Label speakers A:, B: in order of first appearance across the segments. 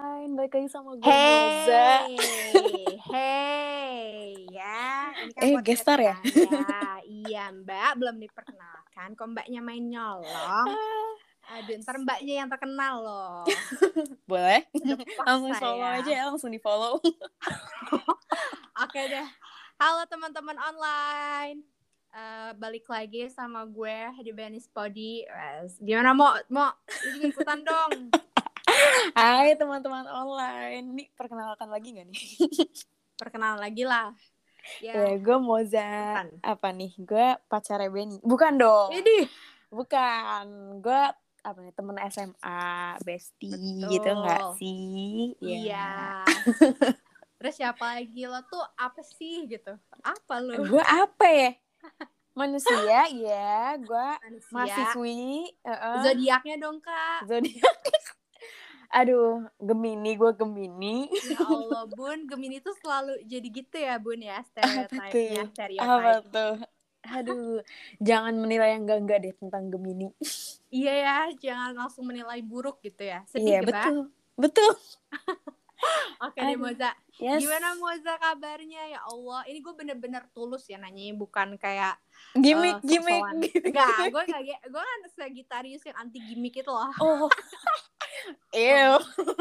A: online, balik lagi sama gue Moza.
B: Hey, ya, ini kan podcast
A: Gestar ya?
B: saya. Iya, Mbak, belum diperkenalkan. Kok Mbaknya main nyolong? Aduh, ntar Mbaknya yang terkenal loh.
A: Boleh?
B: Depak
A: Langsung follow
B: saya.
A: aja ya, langsung di follow.
B: Oke deh. Halo teman-teman online. Balik lagi sama gue di Benis Podi. Gimana mau lu juga ikutan dong.
A: Hai teman-teman online, nih perkenalkan lagi gak nih?
B: Perkenalan lagi lah.
A: Ya, gue Moza.
B: Bukan.
A: Apa nih? Gue pacarnya Benny. Bukan dong.
B: Ini.
A: Bukan. Gue apa nih, temen SMA, bestie.
B: Betul.
A: Gitu gak sih?
B: Iya. Terus siapa lagi lo tuh apa sih gitu? Apa lo?
A: Gue apa ya? Manusia, ya. Gue mahasiswi.
B: Zodiaknya dong, Kak.
A: Zodiak. Aduh, Gue Gemini.
B: Ya Allah, Bun, Gemini tuh selalu jadi gitu ya, Bun ya, stereotipnya,
A: Apa tuh? Aduh, jangan menilai yang enggak deh tentang Gemini.
B: Iya ya, jangan langsung menilai buruk gitu ya.
A: Iya,
B: Sedih ya,
A: betul.
B: Oke deh, Moza.
A: Yes.
B: Gimana Moza kabarnya? Ya Allah, ini gue bener-bener tulus ya nanyanya, bukan kayak
A: gimmick.
B: Enggak, gue kan Sagittarius yang anti gimmick itu loh.
A: Oh. Ew.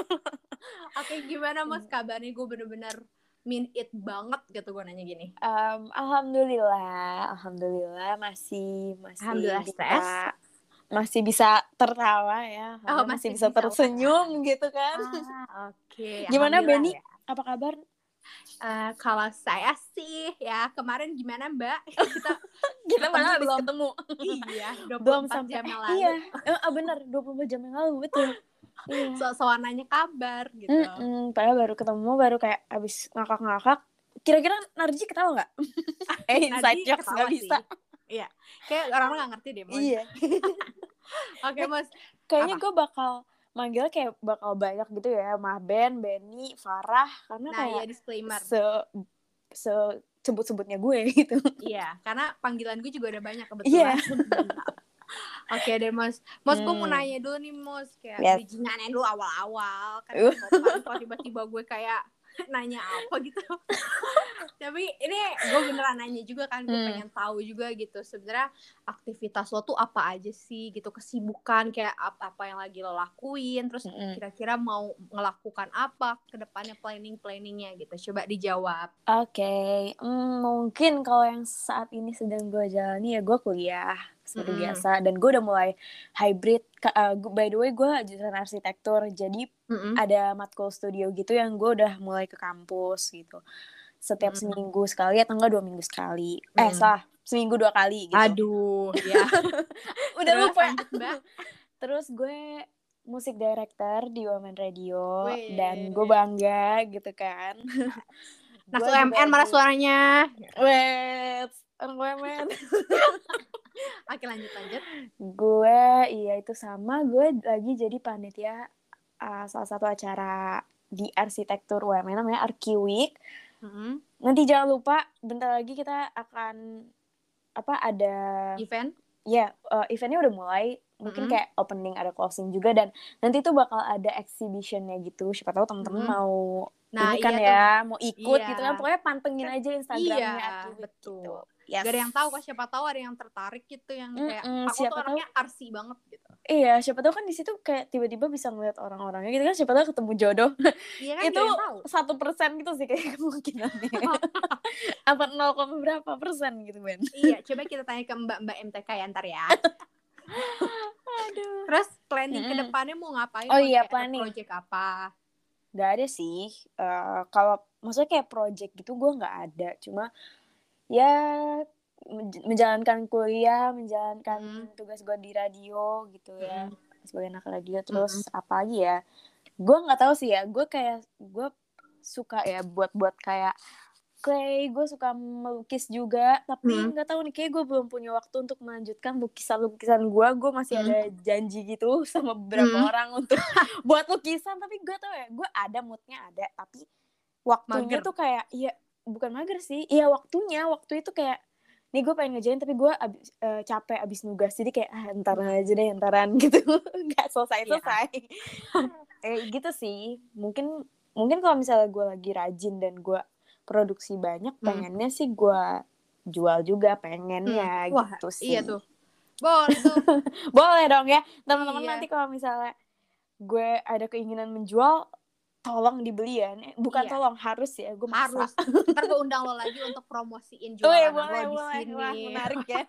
B: Oke, gimana Mas kabarnya? Gue bener-bener mean it banget gitu gue nanya gini.
A: Alhamdulillah masih
B: Alhamdulillah
A: bisa masih bisa tertawa ya, masih bisa tersenyum gitu kan.
B: Oke.
A: Gimana Benny?
B: Ya.
A: Apa kabar?
B: Kalau saya sih ya kemarin gimana Mbak?
A: Kita malah habis ketemu.
B: Iya, 24 jam yang lalu.
A: Iya, benar 24 jam yang lalu, betul.
B: Iya. So-soan nanya kabar gitu.
A: Padahal baru ketemu, baru kayak abis ngakak-ngakak. Kira-kira Narji ketawa nggak? Inside jokes nggak bisa.
B: Iya, kayak orang-orang nggak ngerti deh, Mas.
A: Iya.
B: Oke, Mas.
A: Kayaknya gue bakal manggilnya kayak bakal banyak gitu ya, Mahben, Benny, Farah, karena kayak
B: ya disclaimer.
A: Sebut-sebutnya gue gitu.
B: Iya, karena panggilan gue juga udah banyak kebetulan. Iya. Oke deh, Mas. Mas, gue mau nanya dulu nih, Mas. Kayak bridgingannya dulu awal-awal. Kan kalau tiba-tiba gue kayak nanya apa gitu. Tapi ini gue beneran nanya juga kan. Gue pengen tahu juga gitu. Sebenarnya aktivitas lo tuh apa aja sih gitu. Kesibukan kayak apa yang lagi lo lakuin. Terus kira-kira mau ngelakukan apa ke depannya, planningnya gitu. Coba dijawab.
A: Oke. Mungkin kalau yang saat ini sedang gue jalani ya gue kuliah seperti biasa, dan gue udah mulai hybrid. By the way, gue jurusan arsitektur, jadi ada matkul studio gitu yang gue udah mulai ke kampus gitu. Setiap seminggu sekali atau enggak 2 minggu sekali. Seminggu 2 kali gitu.
B: Aduh, ya.
A: Udah lupa. Terus gue musik director di Women Radio. Wee. Dan gue bangga gitu kan.
B: Nah, UMN mana suaranya?
A: Wait, orang UMN.
B: Oke, lanjut.
A: Gue, itu sama. Gue lagi jadi panitia salah satu acara di arsitektur UMN namanya Arki Week. Nanti jangan lupa, bentar lagi kita akan ada
B: event.
A: Ya, eventnya udah mulai. Mungkin kayak opening, ada closing juga, dan nanti tuh bakal ada exhibitionnya gitu. Siapa tahu temen-temen mau ini kan ya, mau ikut gitu kan. Pokoknya pantengin aja Instagramnya Arki Week gitu.
B: Yes. Gak ada yang tahu kok, siapa tahu ada yang tertarik gitu, yang kayak aku tuh orangnya arsi banget gitu.
A: Iya, siapa tahu kan di situ kayak tiba-tiba bisa ngeliat orang-orangnya gitu kan, siapa tahu ketemu jodoh.
B: Iya kan,
A: itu 1% gitu sih kayak kemungkinannya. Apa 0, berapa persen gitu, Ben?
B: Iya, coba kita tanya ke Mbak MTK ya ntar ya.
A: Aduh.
B: Terus planning ke depannya mau ngapain?
A: Oh iya, planning.
B: Project apa?
A: Gak ada sih. Kalau maksudnya kayak project gitu gue gak ada. Cuma ya menjalankan kuliah, menjalankan tugas gue di radio gitu ya, sebagai anak radio. Terus apa lagi ya, gue nggak tahu sih ya. Gue suka ya buat kayak clay, gue suka melukis juga, tapi nggak tahu nih, kayak gue belum punya waktu untuk melanjutkan lukisan gue masih ada janji gitu sama beberapa orang untuk buat lukisan, tapi gue tau ya, gue ada moodnya ada, tapi waktunya tuh kayak, ya bukan mager sih, ya waktu itu kayak nih gue pengen ngerjain tapi gue capek abis nugas, jadi kayak ntar aja deh, entaran gitu. Nggak selesai gitu sih. Mungkin kalau misalnya gue lagi rajin dan gue produksi banyak, pengennya sih gue jual juga, pengennya gitu sih.
B: Iya tuh, boleh tuh.
A: Boleh dong ya teman-teman. Nanti kalau misalnya gue ada keinginan menjual, tolong dibeli ya. Bukan tolong, harus ya, gue maksa.
B: Harus. Ntar gue undang lo lagi untuk promosiin jualan lo di sini.
A: Wah, menarik ya.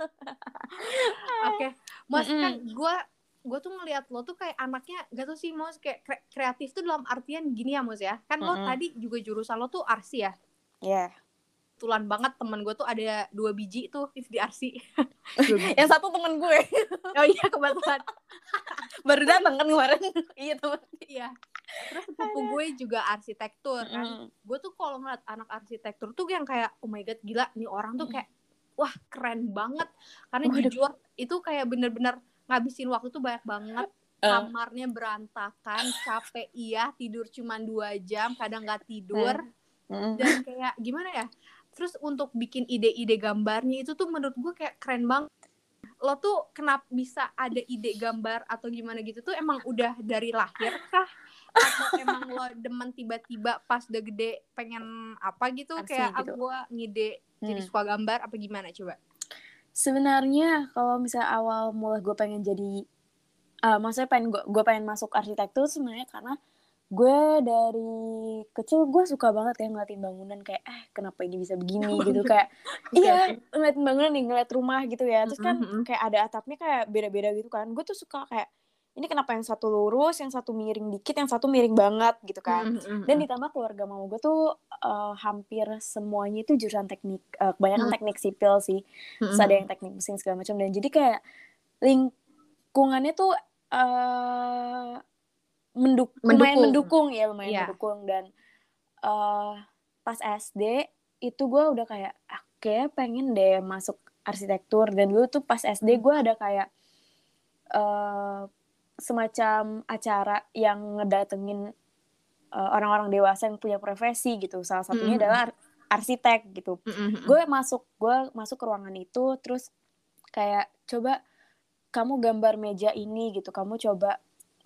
B: Oke. Mas, kan gue tuh ngeliat lo tuh kayak anaknya, gak tau sih Mas, kayak kreatif tuh dalam artian gini ya Mas ya. Kan lo tadi juga jurusan lo tuh arsi ya.
A: Iya.
B: Kebetulan banget temen gue tuh ada 2 biji tuh di arsi.
A: Yang satu temen gue.
B: Oh iya, kebetulan.
A: Baru datang kan kemarin. Iya temen.
B: Iya. Terus sepupu gue juga arsitektur kan. Gue tuh kalau ngeliat anak arsitektur tuh yang kayak, oh my god, gila nih orang tuh kayak, wah keren banget. Karena jujur itu kayak bener-bener ngabisin waktu tuh banyak banget. Kamarnya berantakan, capek iya, tidur cuma 2 jam, kadang gak tidur. Dan kayak gimana ya, terus untuk bikin ide-ide gambarnya itu tuh menurut gue kayak keren banget. Lo tuh kenapa bisa ada ide gambar atau gimana gitu tuh emang udah dari lahir kah? Atau emang lo demen tiba-tiba pas udah gede pengen apa gitu, arsi kayak gitu. Gue ngide jadi suka gambar apa gimana coba?
A: Sebenarnya kalau misalnya awal mulai gue pengen jadi maksudnya gue pengen masuk arsitektur sebenarnya karena gue dari kecil gue suka banget ya ngeliatin bangunan, kayak kenapa ini bisa begini gitu, kayak iya ngeliatin bangunan nih, ngeliat rumah gitu ya, terus kan kayak ada atapnya kayak beda-beda gitu kan, gue tuh suka kayak ini kenapa yang satu lurus, yang satu miring dikit, yang satu miring banget gitu kan. Dan ditambah keluarga mama gue tuh hampir semuanya itu jurusan teknik, kebanyakan teknik sipil sih, terus ada yang teknik mesin segala macam, dan jadi kayak lingkungannya tuh lumayan mendukung. Dan pas SD itu gue udah kayak kayak pengen deh masuk arsitektur. Dan dulu tuh pas SD gue ada kayak semacam acara yang ngedatengin orang-orang dewasa yang punya profesi gitu, salah satunya adalah arsitek gitu. Gue masuk ke ruangan itu, terus kayak coba kamu gambar meja ini gitu, kamu coba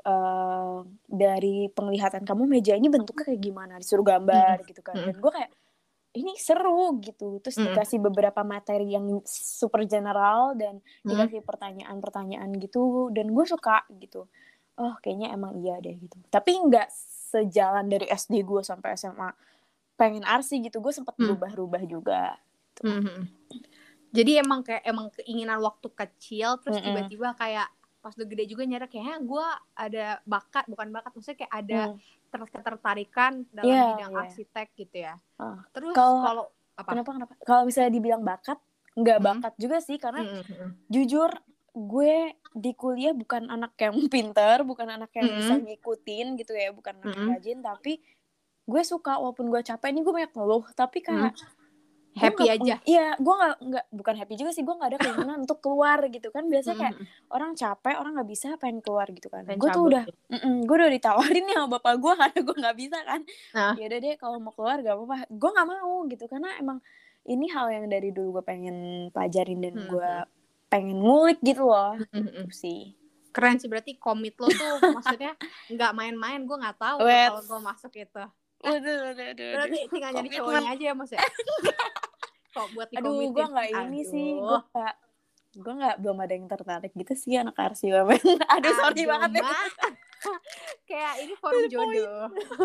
A: dari penglihatan kamu meja ini bentuknya kayak gimana, disuruh gambar gitu kan. Dan gue kayak ini seru gitu, terus dikasih beberapa materi yang super general dan dikasih pertanyaan-pertanyaan gitu, dan gue suka gitu. Oh kayaknya emang iya deh gitu. Tapi nggak sejalan dari SD gue sampai SMA pengen arsi gitu, gue sempat berubah-ubah juga gitu.
B: Jadi emang keinginan waktu kecil, terus tiba-tiba kayak pas udah gede juga nyadar kayaknya gue ada maksudnya kayak ada ketertarikan dalam bidang arsitek gitu ya. Terus kalau
A: kenapa kalau misalnya dibilang bakat, nggak bakat juga sih, karena jujur gue di kuliah bukan anak yang pinter, bukan anak yang bisa ngikutin gitu ya, bukan anak yang rajin, tapi gue suka walaupun gue capek. Ini gue banyak ngeluh, tapi kayak
B: happy aja.
A: Iya, gue bukan happy juga sih, gue nggak ada keinginan untuk keluar gitu kan. Biasanya kayak orang capek, orang nggak bisa, pengen keluar gitu kan. Gue tuh gue udah ditawarin nih sama bapak gue karena gue nggak bisa kan. Ya udah deh, kalau mau keluar gak apa-apa. Gue nggak mau gitu, karena emang ini hal yang dari dulu gue pengen pelajarin dan gue pengen ngulik gitu loh. Gitu sih.
B: Keren sih, berarti komit lo tuh maksudnya nggak main-main. Gue nggak tahu kalau gue masuk itu. Berarti tinggal nyari cowoknya aja ya Mas ya. Kok buat dikomitin.
A: Gue nggak ini sih, gue nggak, belum ada yang tertarik gitu sih anak arsi. Sorry banget ya.
B: Kayak ini forum jodoh.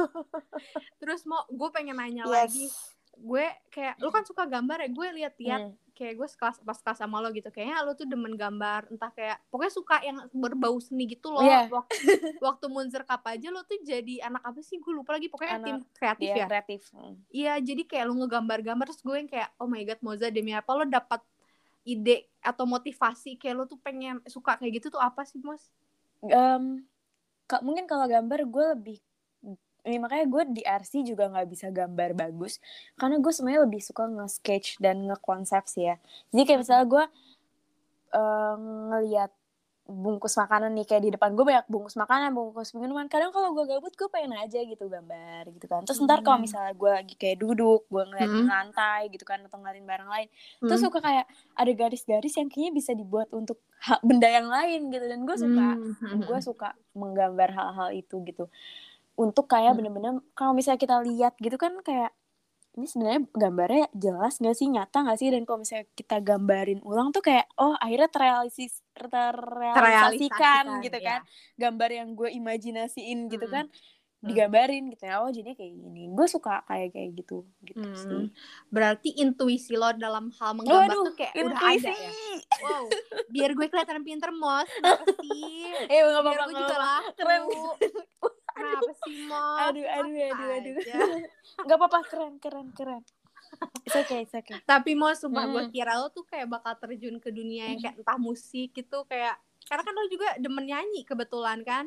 B: Terus gue pengen nanya lagi. Gue kayak lu kan suka gambar ya, gue lihat kayak gue pas kelas sama lo gitu, kayaknya lo tuh demen gambar, entah kayak pokoknya suka yang berbau seni gitu loh. Waktu Munzer Cup aja lo tuh jadi anak apa sih, gue lupa lagi, pokoknya tim kreatif ya. Iya, jadi kayak lo ngegambar-gambar, terus gue yang kayak oh my god Moza, demi apa lo dapat ide atau motivasi kayak lo tuh pengen suka kayak gitu tuh apa sih Mos?
A: Mungkin kalau gambar gue lebih makanya gue di RC juga nggak bisa gambar bagus, karena gue sebenarnya lebih suka nge-sketch dan nge-konsep sih ya. Jadi kayak misalnya gue ngelihat bungkus makanan nih, kayak di depan gue banyak bungkus makanan, bungkus minuman. Kadang kalau gue gabut gue pengen aja gitu gambar gitu kan. Terus ntar kalau misalnya gue lagi kayak duduk, gue ngeliatin lantai gitu kan, atau ngeliatin barang lain, terus suka kayak ada garis-garis yang kayaknya bisa dibuat untuk benda yang lain gitu. Dan gue suka menggambar hal-hal itu gitu. Untuk kayak bener-bener kalau misalnya kita lihat gitu kan, kayak ini sebenarnya gambarnya jelas nggak sih, nyata nggak sih, dan kalau misalnya kita gambarin ulang tuh kayak akhirnya terrealisasikan gitu kan, gambar yang gue imajinasiin gitu kan digambarin gitu ya, jadi kayak gini. Gue suka kayak gitu sih.
B: Berarti intuisi lo dalam hal menggambar tuh kayak udah ada ya. Wow, biar gue kelihatan pinter, Mos. Kenapa sih? Biar gue juga laku.
A: Keren.
B: Kenapa sih, Mos?
A: Aduh. Gak apa-apa, keren. It's okay.
B: Tapi Mos, sumpah gue kira lo tuh kayak bakal terjun ke dunia yang kayak entah musik gitu, kayak karena kan lo juga demen nyanyi kebetulan kan?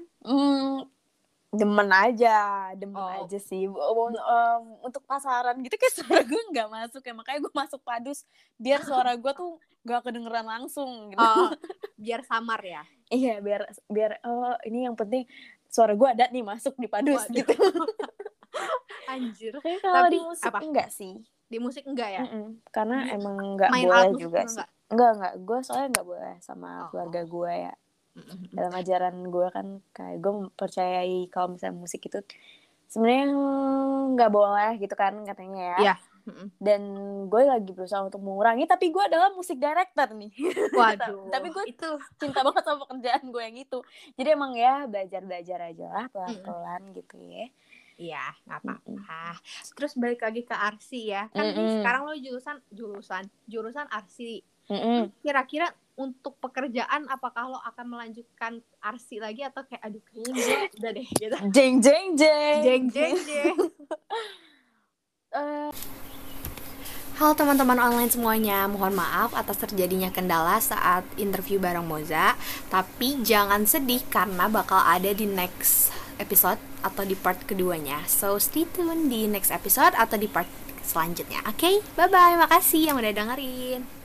A: Demen aja sih. Untuk pasaran gitu kayak suara gue nggak masuk ya, makanya gue masuk Padus biar suara gue tuh nggak kedengeran langsung gitu.
B: Biar samar ya.
A: Iya, biar ini yang penting suara gue ada nih masuk di Padus. Waduh. Gitu.
B: Anjir.
A: Kalau di musik enggak sih.
B: Di musik enggak ya?
A: Karena emang nggak boleh juga sih. Enggak. Gue soalnya nggak boleh sama keluarga gue ya. Dalam ajaran gue kan kayak gue mempercayai kalau misalnya musik itu sebenarnya nggak boleh gitu kan katanya ya.
B: Iya.
A: Dan gue lagi berusaha untuk mengurangi, tapi gue adalah musik director nih.
B: Waduh.
A: Tapi gue itu cinta banget sama pekerjaan gue yang itu. Jadi emang ya belajar aja lah pelan-pelan gitu ya.
B: Iya, nggak apa-apa. Terus balik lagi ke arsi ya. Kan sekarang lo jurusan arsi. Kira-kira untuk pekerjaan apakah lo akan melanjutkan arsi lagi atau kayak aduh kayaknya gue udah deh gitu.
A: Jeng.
B: Halo teman-teman online semuanya, mohon maaf atas terjadinya kendala saat interview bareng Moza. Tapi jangan sedih karena bakal ada di next episode atau di part keduanya. So stay tune di next episode atau di part selanjutnya. Oke, bye-bye, makasih yang udah dengerin.